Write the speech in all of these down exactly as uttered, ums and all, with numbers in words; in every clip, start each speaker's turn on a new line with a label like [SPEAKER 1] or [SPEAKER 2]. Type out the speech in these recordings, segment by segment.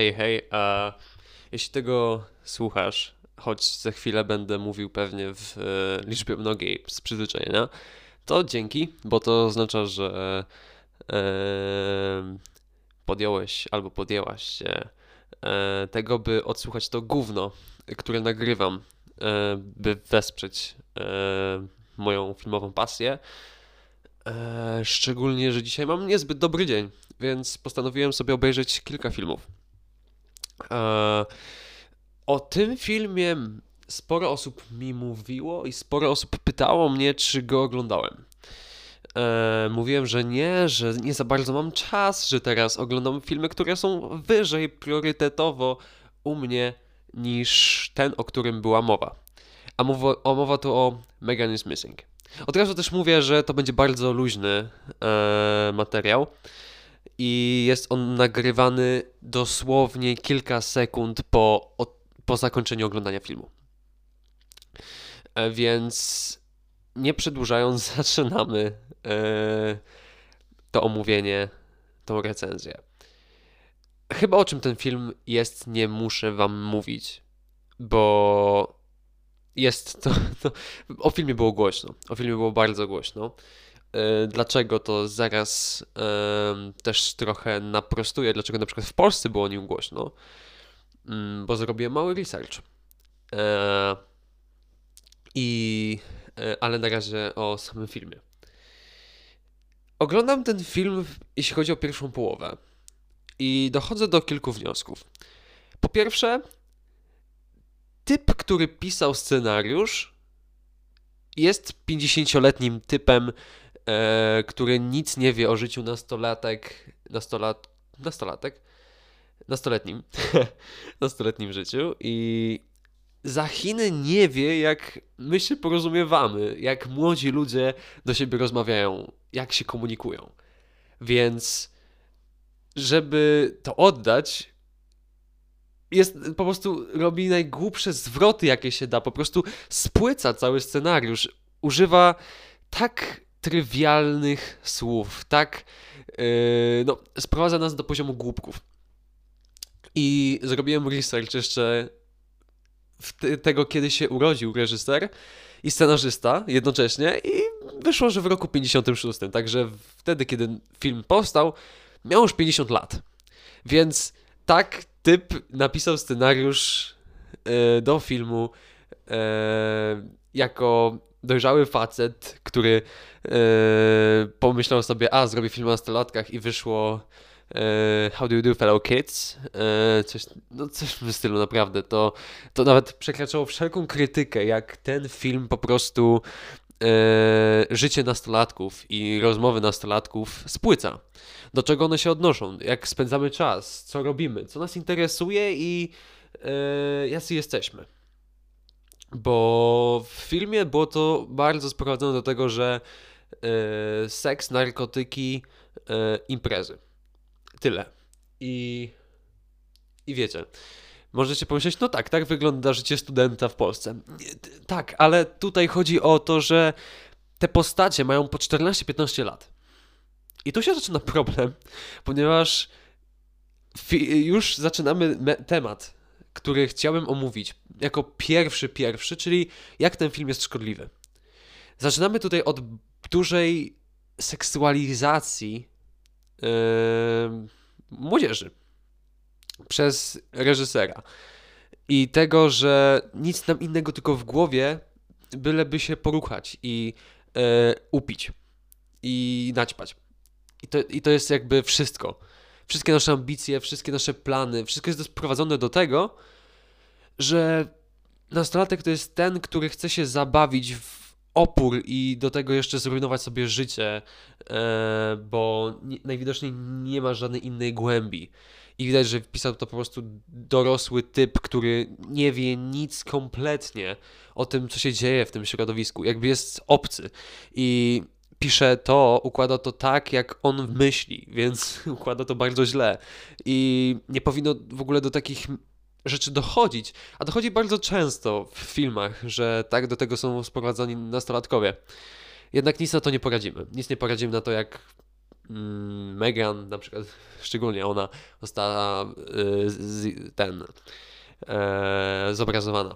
[SPEAKER 1] Hej, hej, a jeśli tego słuchasz, choć za chwilę będę mówił pewnie w e, liczbie mnogiej z przyzwyczajenia, to dzięki, bo to oznacza, że e, podjąłeś albo podjęłaś się e, tego, by odsłuchać to gówno, które nagrywam, e, by wesprzeć e, moją filmową pasję. E, szczególnie, że dzisiaj mam niezbyt dobry dzień, więc postanowiłem sobie obejrzeć kilka filmów. E, o tym filmie sporo osób mi mówiło i sporo osób pytało mnie, czy go oglądałem. E, mówiłem, że nie, że nie za bardzo mam czas, że teraz oglądam filmy, które są wyżej priorytetowo u mnie niż ten, o którym była mowa. A mowa, o mowa tu o Megan is Missing. Od razu też mówię, że to będzie bardzo luźny e, materiał i jest on nagrywany dosłownie kilka sekund po, od, po zakończeniu oglądania filmu. E, więc nie przedłużając, zaczynamy e, to omówienie, tą recenzję. Chyba o czym ten film jest, nie muszę wam mówić, bo jest to, to o filmie było głośno, o filmie było bardzo głośno. E, Dlaczego to zaraz em, też trochę naprostuję, dlaczego na przykład w Polsce było o nim głośno, Mm, bo zrobiłem mały research. E, I, e, ale na razie o samym filmie. Oglądam ten film, jeśli chodzi o pierwszą połowę, i dochodzę do kilku wniosków. Po pierwsze, typ, który pisał scenariusz, jest pięćdziesięcioletnim typem, e, który nic nie wie o życiu nastolatek, nastolat, nastolatek, nastoletnim, nastoletnim życiu i za Chiny nie wie, jak my się porozumiewamy, jak młodzi ludzie do siebie rozmawiają, jak się komunikują. Więc żeby to oddać, jest po prostu robi najgłupsze zwroty, jakie się da, po prostu spłyca cały scenariusz, używa tak trywialnych słów, tak yy, no, sprowadza nas do poziomu głupków. I zrobiłem research jeszcze w te, tego, kiedy się urodził reżyser i scenarzysta jednocześnie i wyszło, że w roku pięćdziesiątym szóstym, także wtedy, kiedy film powstał, miał już pięćdziesiąt lat. Więc tak typ napisał scenariusz e, do filmu e, jako dojrzały facet, który e, pomyślał sobie, a zrobię film o nastolatkach i wyszło e, How do you do, fellow kids? E, coś, no coś w tym stylu, naprawdę. To, to nawet przekraczało wszelką krytykę, jak ten film po prostu e, życie nastolatków i rozmowy nastolatków spłyca. Do czego one się odnoszą, jak spędzamy czas, co robimy, co nas interesuje i e, jacy jesteśmy. Bo w filmie było to bardzo sprowadzone do tego, że e, seks, narkotyki, e, imprezy. Tyle. I, I wiecie, możecie pomyśleć, no tak, tak wygląda życie studenta w Polsce. Nie, t- Tak, ale tutaj chodzi o to, że te postacie mają po czternaście piętnaście lat. I tu się zaczyna problem, ponieważ fi- już zaczynamy me- temat, który chciałem omówić jako pierwszy, pierwszy, czyli jak ten film jest szkodliwy. Zaczynamy tutaj od dużej seksualizacji yy, młodzieży przez reżysera i tego, że nic nam innego tylko w głowie, byleby się poruchać i yy, upić i naćpać. I to, I to jest jakby wszystko. Wszystkie nasze ambicje, wszystkie nasze plany, wszystko jest sprowadzone do tego, że nastolatek to jest ten, który chce się zabawić w opór i do tego jeszcze zrujnować sobie życie, e, bo nie, najwidoczniej nie ma żadnej innej głębi. I widać, że wpisał to po prostu dorosły typ, który nie wie nic kompletnie o tym, co się dzieje w tym środowisku. Jakby jest obcy. I pisze to, układa to tak, jak on myśli, więc układa to bardzo źle. I nie powinno w ogóle do takich rzeczy dochodzić, a dochodzi bardzo często w filmach, że tak do tego są sprowadzani nastolatkowie. Jednak nic na to nie poradzimy. Nic nie poradzimy na to, jak mm, Megan na przykład, szczególnie ona została y, z, ten e, zobrazowana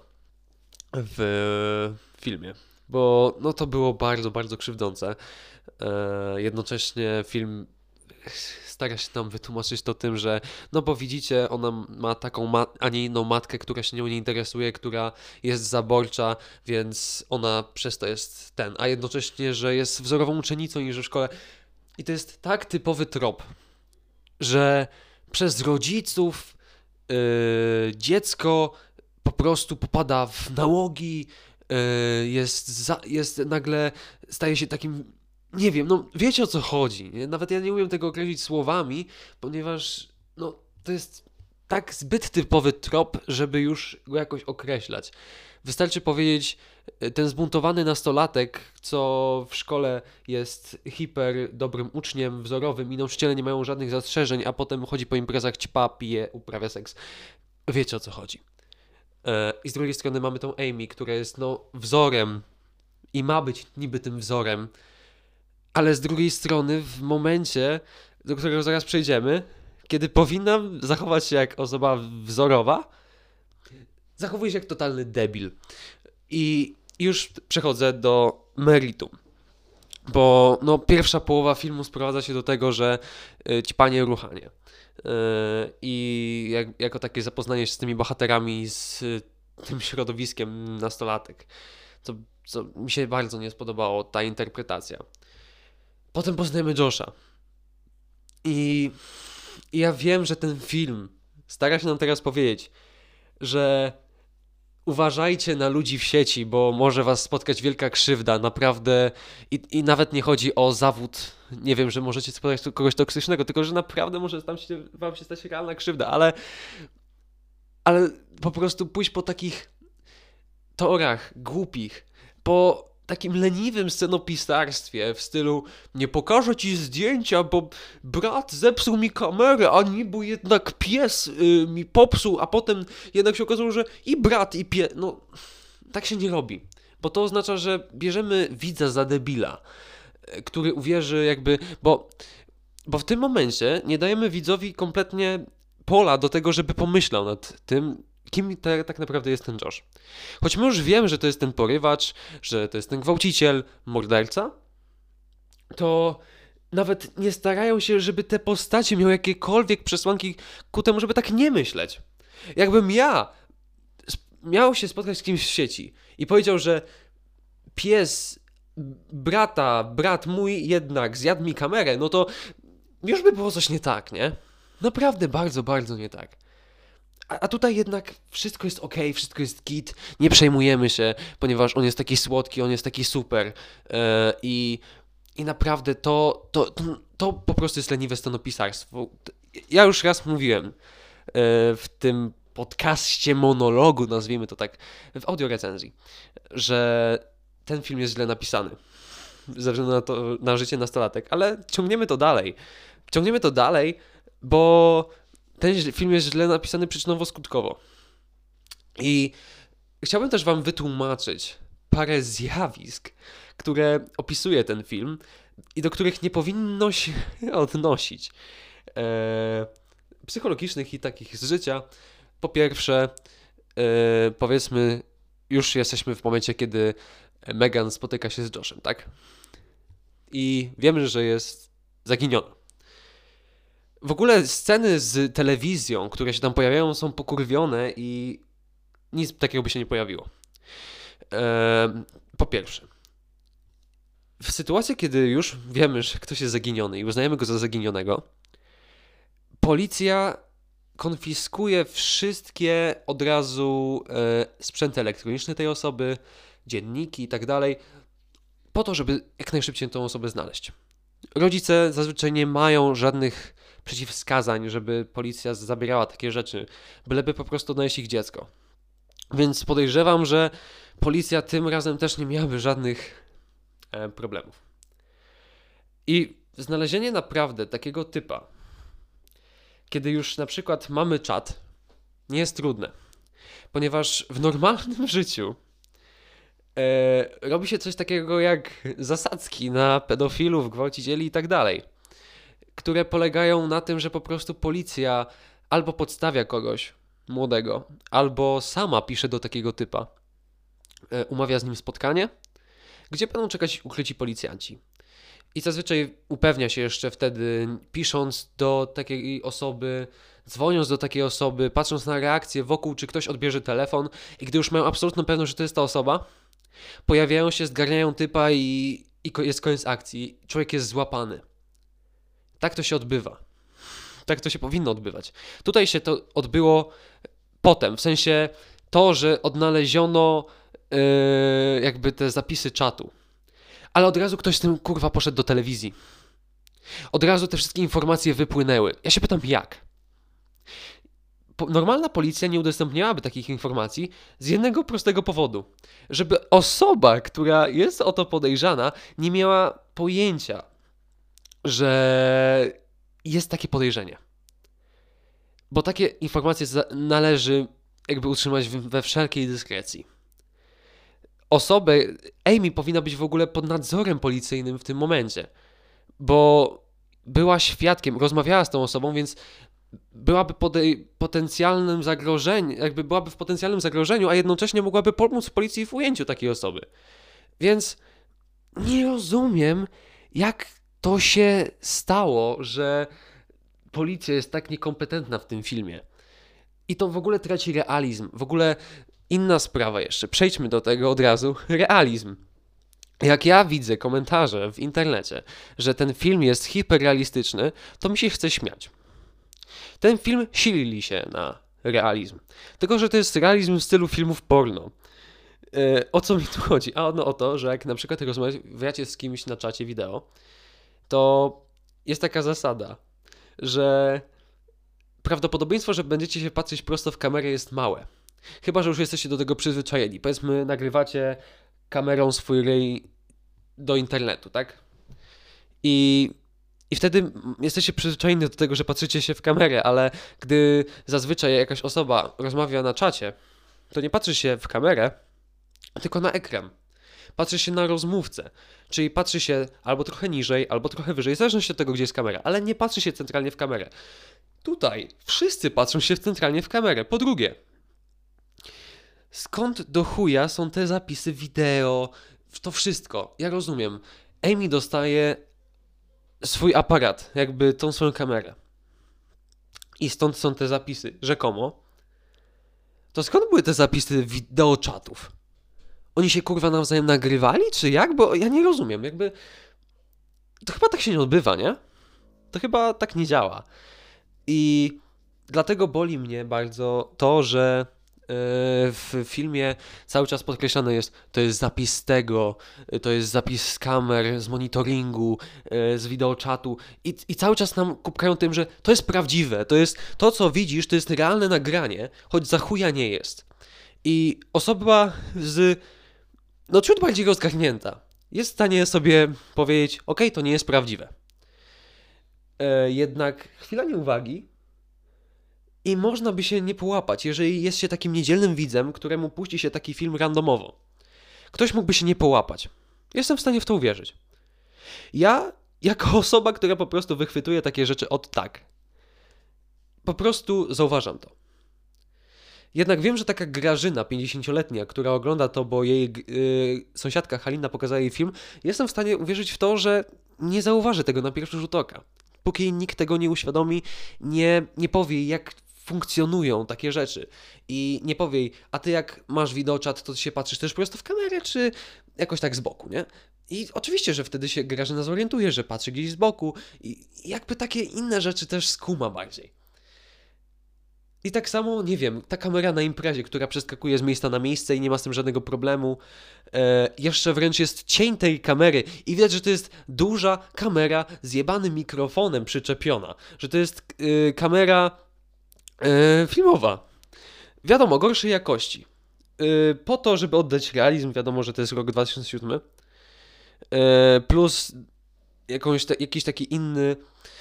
[SPEAKER 1] w filmie, bo no to było bardzo, bardzo krzywdzące. E, jednocześnie film stara się nam wytłumaczyć to tym, że no bo widzicie, ona ma taką, ma- a nie inną matkę, która się nią nie interesuje, która jest zaborcza, więc ona przez to jest ten, a jednocześnie, że jest wzorową uczennicą i że w szkole. I to jest tak typowy trop, że przez rodziców yy, dziecko po prostu popada w nałogi, yy, jest, za, jest nagle, staje się takim, nie wiem, no wiecie o co chodzi, nie? Nawet ja nie umiem tego określić słowami, ponieważ no to jest tak zbyt typowy trop, żeby już go jakoś określać. Wystarczy powiedzieć, y, ten zbuntowany nastolatek, co w szkole jest hiper dobrym uczniem, wzorowym i nauczyciele nie mają żadnych zastrzeżeń, a potem chodzi po imprezach, ćpa, pije, uprawia seks. Wiecie o co chodzi. E, I z drugiej strony mamy tą Amy, która jest no wzorem i ma być niby tym wzorem, ale z drugiej strony w momencie, do którego zaraz przejdziemy, kiedy powinna zachować się jak osoba wzorowa, zachowuje się jak totalny debil. I już przechodzę do meritum. Bo no, pierwsza połowa filmu sprowadza się do tego, że y, ćpanie ruchanie. Y, I jak, jako takie zapoznanie się z tymi bohaterami, z y, tym środowiskiem nastolatek. Co, co mi się bardzo nie spodobało, ta interpretacja. Potem poznajemy Josha. I, I ja wiem, że ten film stara się nam teraz powiedzieć, że uważajcie na ludzi w sieci, bo może was spotkać wielka krzywda, naprawdę. I, i nawet nie chodzi o zawód, nie wiem, że możecie spotkać kogoś toksycznego, tylko że naprawdę może tam się, wam się stać realna krzywda, ale, ale po prostu pójść po takich torach głupich, po takim leniwym scenopisarstwie w stylu nie pokażę ci zdjęcia, bo brat zepsuł mi kamerę, a niby jednak pies y, mi popsuł, a potem jednak się okazało, że i brat, i pies. No, tak się nie robi. Bo to oznacza, że bierzemy widza za debila, y, który uwierzy jakby, bo, bo w tym momencie nie dajemy widzowi kompletnie pola do tego, żeby pomyślał nad tym, kim te, tak naprawdę jest ten Josh. Choć my już wiemy, że to jest ten porywacz, że to jest ten gwałciciel, morderca, to nawet nie starają się, żeby te postacie miały jakiekolwiek przesłanki ku temu, żeby tak nie myśleć. Jakbym ja miał się spotkać z kimś w sieci i powiedział, że pies brata, brat mój jednak zjadł mi kamerę, no to już by było coś nie tak, nie? Naprawdę bardzo, bardzo nie tak. A, a tutaj jednak wszystko jest ok, wszystko jest git, nie przejmujemy się, ponieważ on jest taki słodki, on jest taki super yy, i, i naprawdę to, to, to, to po prostu jest leniwe scenopisarstwo. Ja już raz mówiłem yy, w tym podcaście monologu, nazwijmy to tak, w audiorecenzji, że ten film jest źle napisany ze względu na, to, na życie nastolatek, ale ciągniemy to dalej. Ciągniemy to dalej, bo ten film jest źle napisany przyczynowo-skutkowo. I chciałbym też wam wytłumaczyć parę zjawisk, które opisuje ten film i do których nie powinno się odnosić. Eee, psychologicznych i takich z życia. Po pierwsze, e, powiedzmy, już jesteśmy w momencie, kiedy Megan spotyka się z Joshem, tak? I wiemy, że jest zaginiona. W ogóle sceny z telewizją, które się tam pojawiają, są pokurwione i nic takiego by się nie pojawiło. E, po pierwsze, w sytuacji, kiedy już wiemy, że ktoś jest zaginiony i uznajemy go za zaginionego, policja konfiskuje wszystkie od razu e, sprzęty elektroniczne tej osoby, dzienniki i tak dalej, po to, żeby jak najszybciej tą osobę znaleźć. Rodzice zazwyczaj nie mają żadnych przeciwwskazań, żeby policja zabierała takie rzeczy, byleby po prostu odnaleźć ich dziecko. Więc podejrzewam, że policja tym razem też nie miałaby żadnych e, problemów. I znalezienie naprawdę takiego typa, kiedy już na przykład mamy czat, nie jest trudne, ponieważ w normalnym życiu e, robi się coś takiego jak zasadzki na pedofilów, gwałcicieli i tak dalej. które polegają na tym, że po prostu policja albo podstawia kogoś młodego, albo sama pisze do takiego typa, umawia z nim spotkanie, gdzie będą czekać ukryci policjanci. I zazwyczaj upewnia się jeszcze wtedy, pisząc do takiej osoby, dzwoniąc do takiej osoby, patrząc na reakcję wokół, czy ktoś odbierze telefon, i gdy już mają absolutną pewność, że to jest ta osoba, pojawiają się, zgarniają typa i, i jest koniec akcji. Człowiek jest złapany. Tak to się odbywa. Tak to się powinno odbywać. Tutaj się to odbyło potem, w sensie to, że odnaleziono yy, jakby te zapisy czatu. Ale od razu ktoś z tym, kurwa, poszedł do telewizji. Od razu te wszystkie informacje wypłynęły. Ja się pytam, jak? Po, normalna policja nie udostępniałaby takich informacji z jednego prostego powodu. Żeby osoba, która jest o to podejrzana, nie miała pojęcia, że jest takie podejrzenie. Bo takie informacje za- należy jakby utrzymać w, we wszelkiej dyskrecji. Osobę, Amy powinna być w ogóle pod nadzorem policyjnym w tym momencie, bo była świadkiem, rozmawiała z tą osobą, więc byłaby podej- potencjalnym zagrożeniem, jakby byłaby w potencjalnym zagrożeniu, a jednocześnie mogłaby pomóc policji w ujęciu takiej osoby. Więc nie rozumiem, jak to się stało, że policja jest tak niekompetentna w tym filmie. I to w ogóle traci realizm. W ogóle inna sprawa jeszcze. Przejdźmy do tego od razu. Realizm. Jak ja widzę komentarze w internecie, że ten film jest hiperrealistyczny, to mi się chce śmiać. Ten film silili się na realizm. Tylko że to jest realizm w stylu filmów porno. Yy, o co mi tu chodzi? A no o to, że jak na przykład rozmawiacie z kimś na czacie wideo, to jest taka zasada, że prawdopodobieństwo, że będziecie się patrzeć prosto w kamerę, jest małe. Chyba że już jesteście do tego przyzwyczajeni. Powiedzmy, nagrywacie kamerą swój ryj do internetu, tak? I, i wtedy jesteście przyzwyczajeni do tego, że patrzycie się w kamerę, ale gdy zazwyczaj jakaś osoba rozmawia na czacie, to nie patrzy się w kamerę, tylko na ekran. Patrzy się na rozmówcę, czyli patrzy się albo trochę niżej, albo trochę wyżej, w zależności od tego, gdzie jest kamera, ale nie patrzy się centralnie w kamerę. Tutaj wszyscy patrzą się centralnie w kamerę. Po drugie, skąd do chuja są te zapisy wideo, to wszystko? Ja rozumiem. Amy dostaje swój aparat, jakby tą swoją kamerę. I stąd są te zapisy, rzekomo. To skąd były te zapisy wideoczatów? Oni się kurwa nawzajem nagrywali, czy jak? Bo ja nie rozumiem, jakby... To chyba tak się nie odbywa, nie? To chyba tak nie działa. I dlatego boli mnie bardzo to, że w filmie cały czas podkreślane jest, to jest zapis z tego, to jest zapis z kamer, z monitoringu, z wideoczatu i, i cały czas nam kupkają tym, że to jest prawdziwe, to jest to, co widzisz, to jest realne nagranie, choć za chuja nie jest. I osoba z, no ciut bardziej rozgarnięta jest w stanie sobie powiedzieć, okej, to nie jest prawdziwe. E, jednak chwila nieuwagi i można by się nie połapać, jeżeli jest się takim niedzielnym widzem, któremu puści się taki film randomowo. Ktoś mógłby się nie połapać. Jestem w stanie w to uwierzyć. Ja, jako osoba, która po prostu wychwytuje takie rzeczy od tak, po prostu zauważam to. Jednak wiem, że taka Grażyna, pięćdziesięcioletnia, która ogląda to, bo jej yy, sąsiadka Halina pokazała jej film, jestem w stanie uwierzyć w to, że nie zauważy tego na pierwszy rzut oka. Póki nikt tego nie uświadomi, nie, nie powie, jak funkcjonują takie rzeczy. I nie powie jej, a ty jak masz wideoczat, to ty się patrzysz też prosto w kamerę, czy jakoś tak z boku, nie? I oczywiście, że wtedy się Grażyna zorientuje, że patrzy gdzieś z boku i jakby takie inne rzeczy też skuma bardziej. I tak samo, nie wiem, ta kamera na imprezie, która przeskakuje z miejsca na miejsce i nie ma z tym żadnego problemu. E, jeszcze wręcz jest cień tej kamery i widać, że to jest duża kamera z jebanym mikrofonem przyczepiona. Że to jest e, kamera e, filmowa. Wiadomo, gorszej jakości. E, po to, żeby oddać realizm, wiadomo, że to jest rok dwa tysiące siódmy. E, plus jakąś te, jakiś taki inny...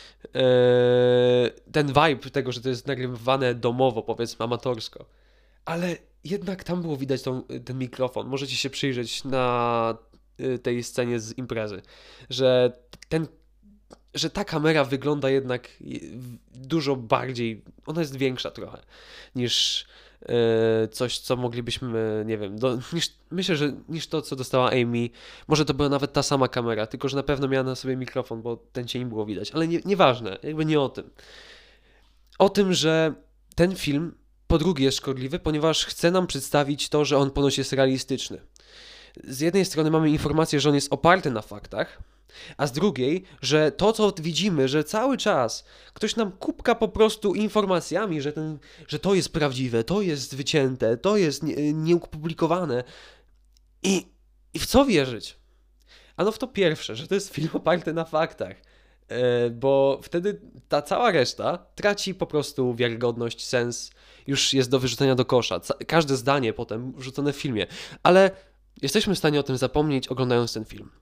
[SPEAKER 1] ten vibe tego, że to jest nagrywane domowo, powiedzmy amatorsko. Ale jednak tam było widać tą, ten mikrofon. Możecie się przyjrzeć na tej scenie z imprezy, że ten że ta kamera wygląda jednak dużo bardziej, ona jest większa trochę niż e, coś, co moglibyśmy, nie wiem, do, niż, myślę, że niż to, co dostała Amy. Może to była nawet ta sama kamera, tylko że na pewno miała na sobie mikrofon, bo ten cień było widać, ale nie, nieważne, jakby nie o tym. O tym, że ten film po drugie jest szkodliwy, ponieważ chce nam przedstawić to, że on ponoć jest realistyczny. Z jednej strony mamy informację, że on jest oparty na faktach, a z drugiej, że to, co widzimy, że cały czas ktoś nam kupka po prostu informacjami, że, ten, że to jest prawdziwe, to jest wycięte, to jest nie, nieopublikowane. I, I w co wierzyć? Ano w to pierwsze, że to jest film oparty na faktach, e, bo wtedy ta cała reszta traci po prostu wiarygodność, sens, już jest do wyrzucenia do kosza. Ca- każde zdanie potem wrzucone w filmie, ale jesteśmy w stanie o tym zapomnieć, oglądając ten film.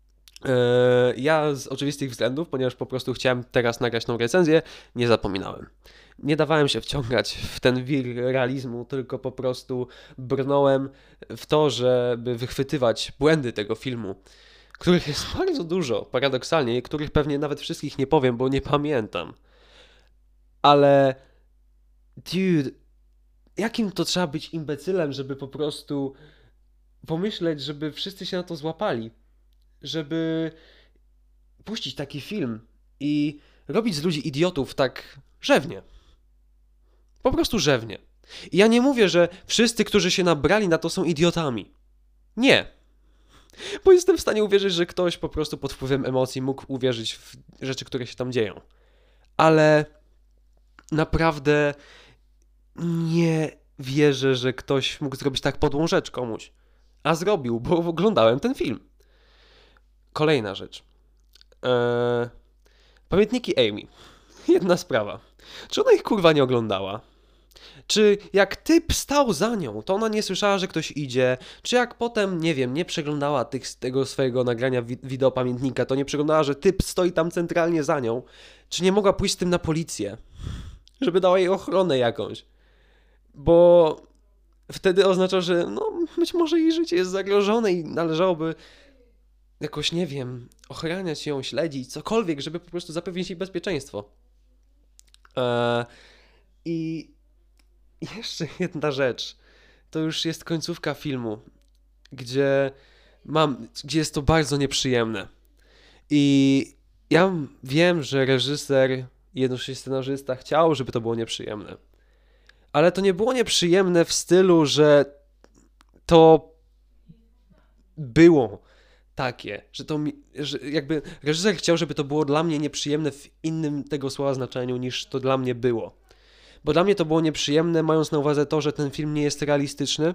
[SPEAKER 1] Ja z oczywistych względów, ponieważ po prostu chciałem teraz nagrać tą recenzję, nie zapominałem. Nie dawałem się wciągać w ten wir realizmu, tylko po prostu brnąłem w to, żeby wychwytywać błędy tego filmu, których jest bardzo dużo, paradoksalnie, i których pewnie nawet wszystkich nie powiem, bo nie pamiętam. Ale dude, jakim to trzeba być imbecylem, żeby po prostu pomyśleć, żeby wszyscy się na to złapali? Żeby puścić taki film i robić z ludzi idiotów tak rzewnie. Po prostu rzewnie. I ja nie mówię, że wszyscy, którzy się nabrali na to, są idiotami. Nie. Bo jestem w stanie uwierzyć, że ktoś po prostu pod wpływem emocji mógł uwierzyć w rzeczy, które się tam dzieją. Ale naprawdę nie wierzę, że ktoś mógł zrobić tak podłą rzecz komuś. A zrobił, bo oglądałem ten film. Kolejna rzecz. Eee, pamiętniki Amy. Jedna sprawa. Czy ona ich kurwa nie oglądała? Czy jak typ stał za nią, to ona nie słyszała, że ktoś idzie? Czy jak potem, nie wiem, nie przeglądała tych, tego swojego nagrania wi- wideo pamiętnika, to nie przeglądała, że typ stoi tam centralnie za nią? Czy nie mogła pójść z tym na policję? Żeby dała jej ochronę jakąś? Bo wtedy oznacza, że no być może jej życie jest zagrożone i należałoby jakoś, nie wiem, ochraniać ją, śledzić, cokolwiek, żeby po prostu zapewnić jej bezpieczeństwo. Eee, I jeszcze jedna rzecz. To już jest końcówka filmu, gdzie mam, gdzie jest to bardzo nieprzyjemne. I ja wiem, że reżyser i jednocześnie scenarzysta chciał, żeby to było nieprzyjemne. Ale to nie było nieprzyjemne w stylu, że to było takie, że to mi, że jakby reżyser chciał, żeby to było dla mnie nieprzyjemne w innym tego słowa znaczeniu niż to dla mnie było. Bo dla mnie to było nieprzyjemne, mając na uwadze to, że ten film nie jest realistyczny,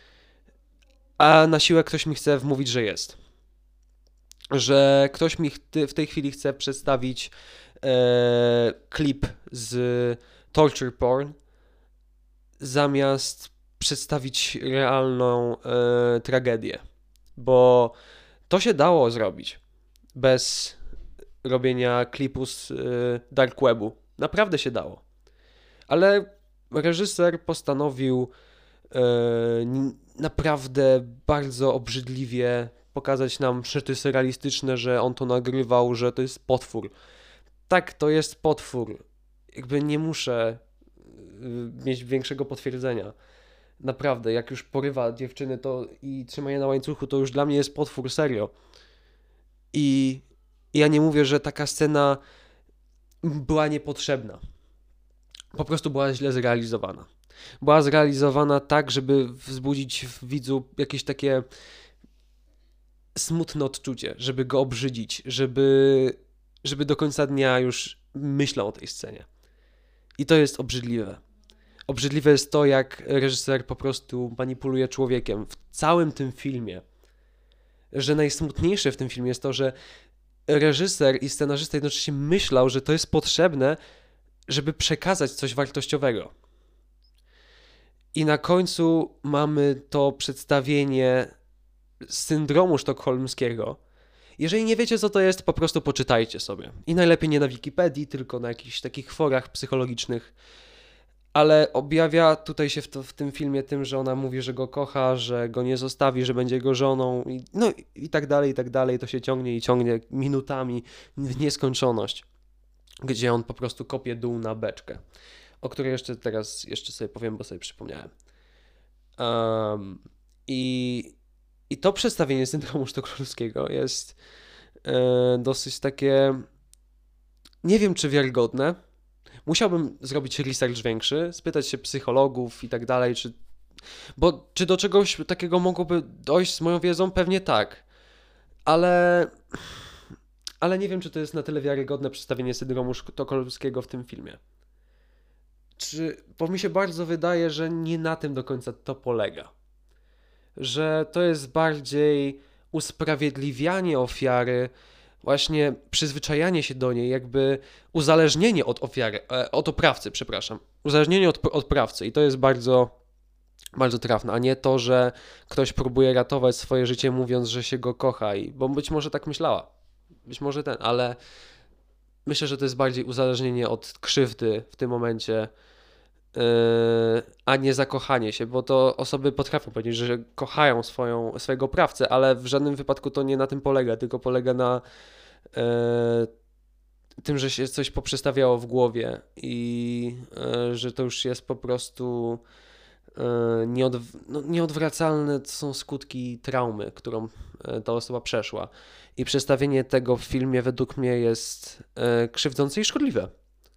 [SPEAKER 1] a na siłę ktoś mi chce wmówić, że jest. Że ktoś mi w tej chwili chce przedstawić e, klip z torture porn, zamiast przedstawić realną e, tragedię. Bo to się dało zrobić bez robienia klipu z y, dark webu. Naprawdę się dało. Ale reżyser postanowił y, naprawdę bardzo obrzydliwie pokazać nam szczyty surrealistyczne, że on to nagrywał, że to jest potwór. Tak, to jest potwór. Jakby nie muszę y, mieć większego potwierdzenia. Naprawdę, jak już porywa dziewczyny to i trzyma je na łańcuchu, to już dla mnie jest potwór, serio. I ja nie mówię, że taka scena była niepotrzebna. Po prostu była źle zrealizowana. Była zrealizowana tak, żeby wzbudzić w widzu jakieś takie smutne odczucie, żeby go obrzydzić, żeby, żeby do końca dnia już myślał o tej scenie. I to jest obrzydliwe. Obrzydliwe jest to, jak reżyser po prostu manipuluje człowiekiem w całym tym filmie. Że najsmutniejsze w tym filmie jest to, że reżyser i scenarzysta jednocześnie myślał, że to jest potrzebne, żeby przekazać coś wartościowego. I na końcu mamy to przedstawienie syndromu sztokholmskiego. Jeżeli nie wiecie, co to jest, po prostu poczytajcie sobie. I najlepiej nie na Wikipedii, tylko na jakichś takich forach psychologicznych. ale objawia tutaj się w, to, w tym filmie tym, że ona mówi, że go kocha, że go nie zostawi, że będzie jego żoną i, no i tak dalej, i tak dalej. To się ciągnie i ciągnie minutami w nieskończoność, gdzie on po prostu kopie dół na beczkę, o której jeszcze teraz jeszcze sobie powiem, bo sobie przypomniałem. Um, i, I to przedstawienie syndromu sztokholmskiego jest e, dosyć takie, nie wiem czy wiarygodne. Musiałbym zrobić research większy, spytać się psychologów i tak dalej, czy, bo czy do czegoś takiego mogłoby dojść z moją wiedzą? Pewnie tak, ale, ale nie wiem, czy to jest na tyle wiarygodne przedstawienie syndromu sztokholmskiego w tym filmie. Czy, bo mi się bardzo wydaje, że nie na tym do końca to polega. Że to jest bardziej usprawiedliwianie ofiary, właśnie przyzwyczajanie się do niej, jakby uzależnienie od ofiary, e, od oprawcy, przepraszam. Uzależnienie od, od oprawcy i to jest bardzo, bardzo trafne, a nie to, że ktoś próbuje ratować swoje życie mówiąc, że się go kocha, i, bo być może tak myślała. Być może ten, ale myślę, że to jest bardziej uzależnienie od krzywdy w tym momencie, yy, a nie zakochanie się, bo to osoby potrafią powiedzieć, że kochają swoją, swojego oprawcę, ale w żadnym wypadku to nie na tym polega, tylko polega na yy, tym, że się coś poprzestawiało w głowie i yy, że to już jest po prostu yy, nieodw no, nieodwracalne są skutki traumy, którą yy, ta osoba przeszła. I przedstawienie tego w filmie według mnie jest yy, krzywdzące i szkodliwe.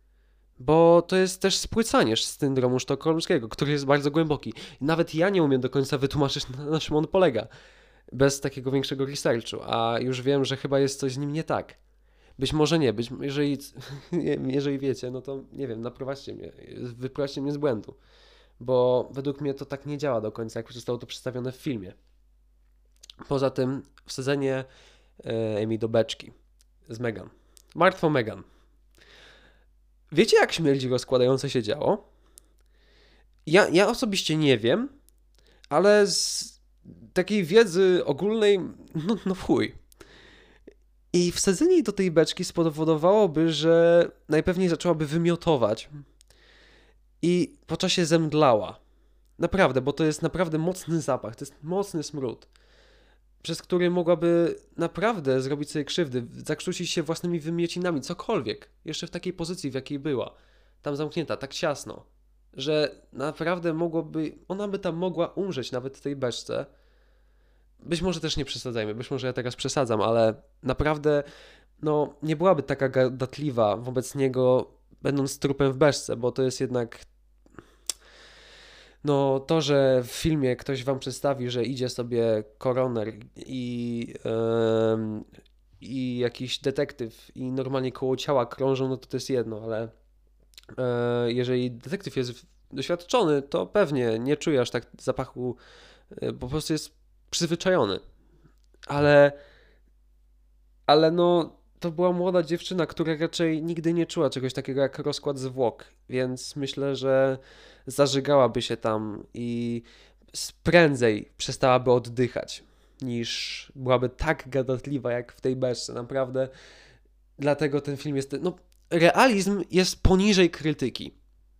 [SPEAKER 1] Bo to jest też spłycanie syndromu sztokholmskiego, który jest bardzo głęboki. Nawet ja nie umiem do końca wytłumaczyć, na czym on polega, bez takiego większego researchu, a już wiem, że chyba jest coś z nim nie tak. Być może nie, być, jeżeli, jeżeli wiecie, no to nie wiem, naprowadźcie mnie, wyprowadźcie mnie z błędu, bo według mnie to tak nie działa do końca, jak zostało to przedstawione w filmie. Poza tym wsadzenie e, Amy do beczki z Megan. Martwą Megan. Wiecie, jak śmierdzi rozkładające się działo? Ja, ja osobiście nie wiem, ale z takiej wiedzy ogólnej, no, no chuj. I wsadzenie jej do tej beczki spowodowałoby, że najpewniej zaczęłaby wymiotować i po czasie zemdlała. Naprawdę, bo to jest naprawdę mocny zapach, to jest mocny smród, przez który mogłaby naprawdę zrobić sobie krzywdy, zakrztusić się własnymi wymiocinami, cokolwiek, jeszcze w takiej pozycji, w jakiej była, tam zamknięta, tak ciasno, że naprawdę mogłoby, ona by tam mogła umrzeć nawet w tej beczce. Być może też nie przesadzajmy, być może ja teraz przesadzam, ale naprawdę no, nie byłaby taka gadatliwa wobec niego, będąc trupem w beczce, bo to jest jednak no to, że w filmie ktoś wam przedstawi, że idzie sobie koroner i, yy, i jakiś detektyw i normalnie koło ciała krążą, no to to jest jedno, ale yy, jeżeli detektyw jest doświadczony, to pewnie nie czuje aż tak zapachu, yy, po prostu jest przyzwyczajony. Ale, ale no to była młoda dziewczyna, która raczej nigdy nie czuła czegoś takiego jak rozkład zwłok, więc myślę, że zażygałaby się tam i prędzej przestałaby oddychać, niż byłaby tak gadatliwa jak w tej beczce. Naprawdę dlatego ten film jest... No, realizm jest poniżej krytyki.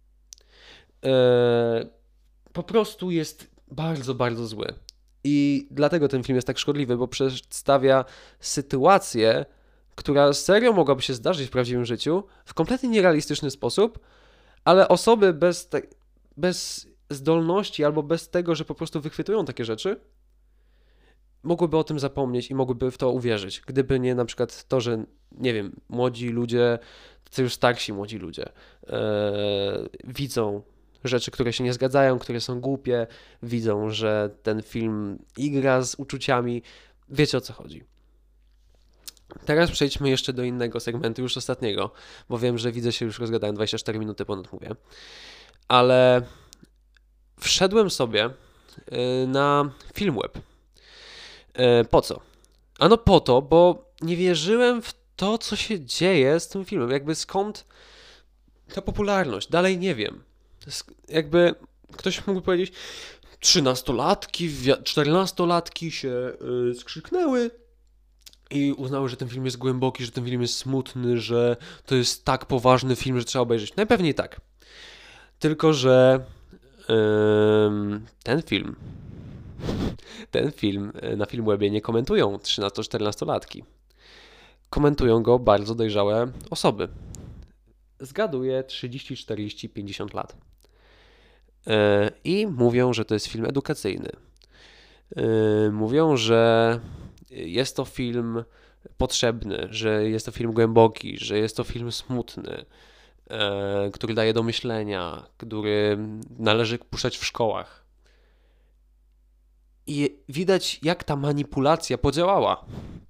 [SPEAKER 1] Eee, po prostu jest bardzo, bardzo zły. I dlatego ten film jest tak szkodliwy, bo przedstawia sytuację, która serio mogłaby się zdarzyć w prawdziwym życiu, w kompletnie nierealistyczny sposób, ale osoby bez, te, bez zdolności albo bez tego, że po prostu wychwytują takie rzeczy, mogłyby o tym zapomnieć i mogłyby w to uwierzyć. Gdyby nie na przykład to, że nie wiem, młodzi ludzie, tacy już starsi młodzi ludzie, yy, widzą rzeczy, które się nie zgadzają, które są głupie, widzą, że ten film igra z uczuciami. Wiecie, o co chodzi. Teraz przejdźmy jeszcze do innego segmentu, już ostatniego, bo wiem, że widzę się już rozgadałem, dwadzieścia cztery minuty ponad mówię, ale wszedłem sobie na Filmweb. Po co? Ano po to, bo nie wierzyłem w to, co się dzieje z tym filmem. Jakby skąd ta popularność? Dalej nie wiem. Jakby ktoś mógł powiedzieć, trzynastolatki, czternastolatki się yy, skrzyknęły i uznały, że ten film jest głęboki, że ten film jest smutny, że to jest tak poważny film, że trzeba obejrzeć. Najpewniej tak. Tylko że ym, ten film, ten film na Filmwebie nie komentują trzynasto-czternastolatki. Komentują go bardzo dojrzałe osoby. Zgaduję trzydzieści, czterdzieści, pięćdziesiąt lat. Yy, I mówią, że to jest film edukacyjny. Yy, mówią, że jest to film potrzebny, że jest to film głęboki, że jest to film smutny, yy, który daje do myślenia, który należy puszczać w szkołach. I widać, jak ta manipulacja podziałała.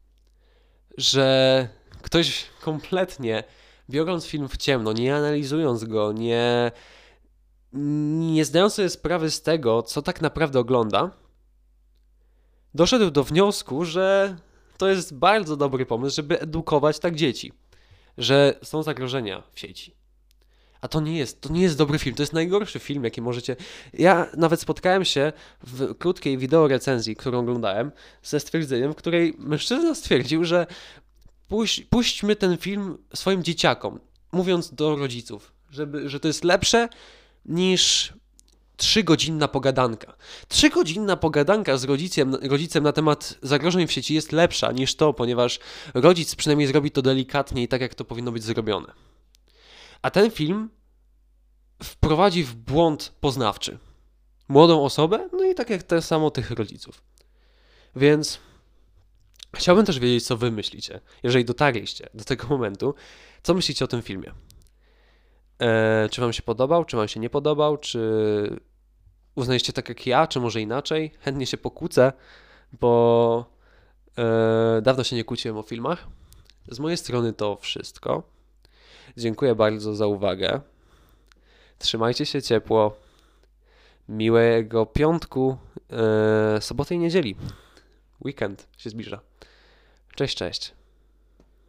[SPEAKER 1] Że ktoś kompletnie, biorąc film w ciemno, nie analizując go, nie, nie zdając sobie sprawy z tego, co tak naprawdę ogląda, doszedł do wniosku, że to jest bardzo dobry pomysł, żeby edukować tak dzieci, że są zagrożenia w sieci. A to nie jest, to nie jest dobry film, to jest najgorszy film, jaki możecie... Ja nawet spotkałem się w krótkiej wideo recenzji, którą oglądałem, ze stwierdzeniem, w której mężczyzna stwierdził, że puść, puśćmy ten film swoim dzieciakom, mówiąc do rodziców, żeby, że to jest lepsze niż trzygodzinna pogadanka. Trzygodzinna pogadanka z rodzicem, rodzicem na temat zagrożeń w sieci jest lepsza niż to, ponieważ rodzic przynajmniej zrobi to delikatnie i tak, jak to powinno być zrobione. A ten film wprowadzi w błąd poznawczy młodą osobę, no i tak jak te samo tych rodziców. Więc chciałbym też wiedzieć, co wy myślicie, jeżeli dotarliście do tego momentu, co myślicie o tym filmie. Eee, czy wam się podobał, czy wam się nie podobał, czy uznaliście tak jak ja, czy może inaczej? Chętnie się pokłócę, bo eee, dawno się nie kłóciłem o filmach. Z mojej strony to wszystko. Dziękuję bardzo za uwagę. Trzymajcie się ciepło. Miłego piątku, eee, soboty i niedzieli. Weekend się zbliża. Cześć, cześć.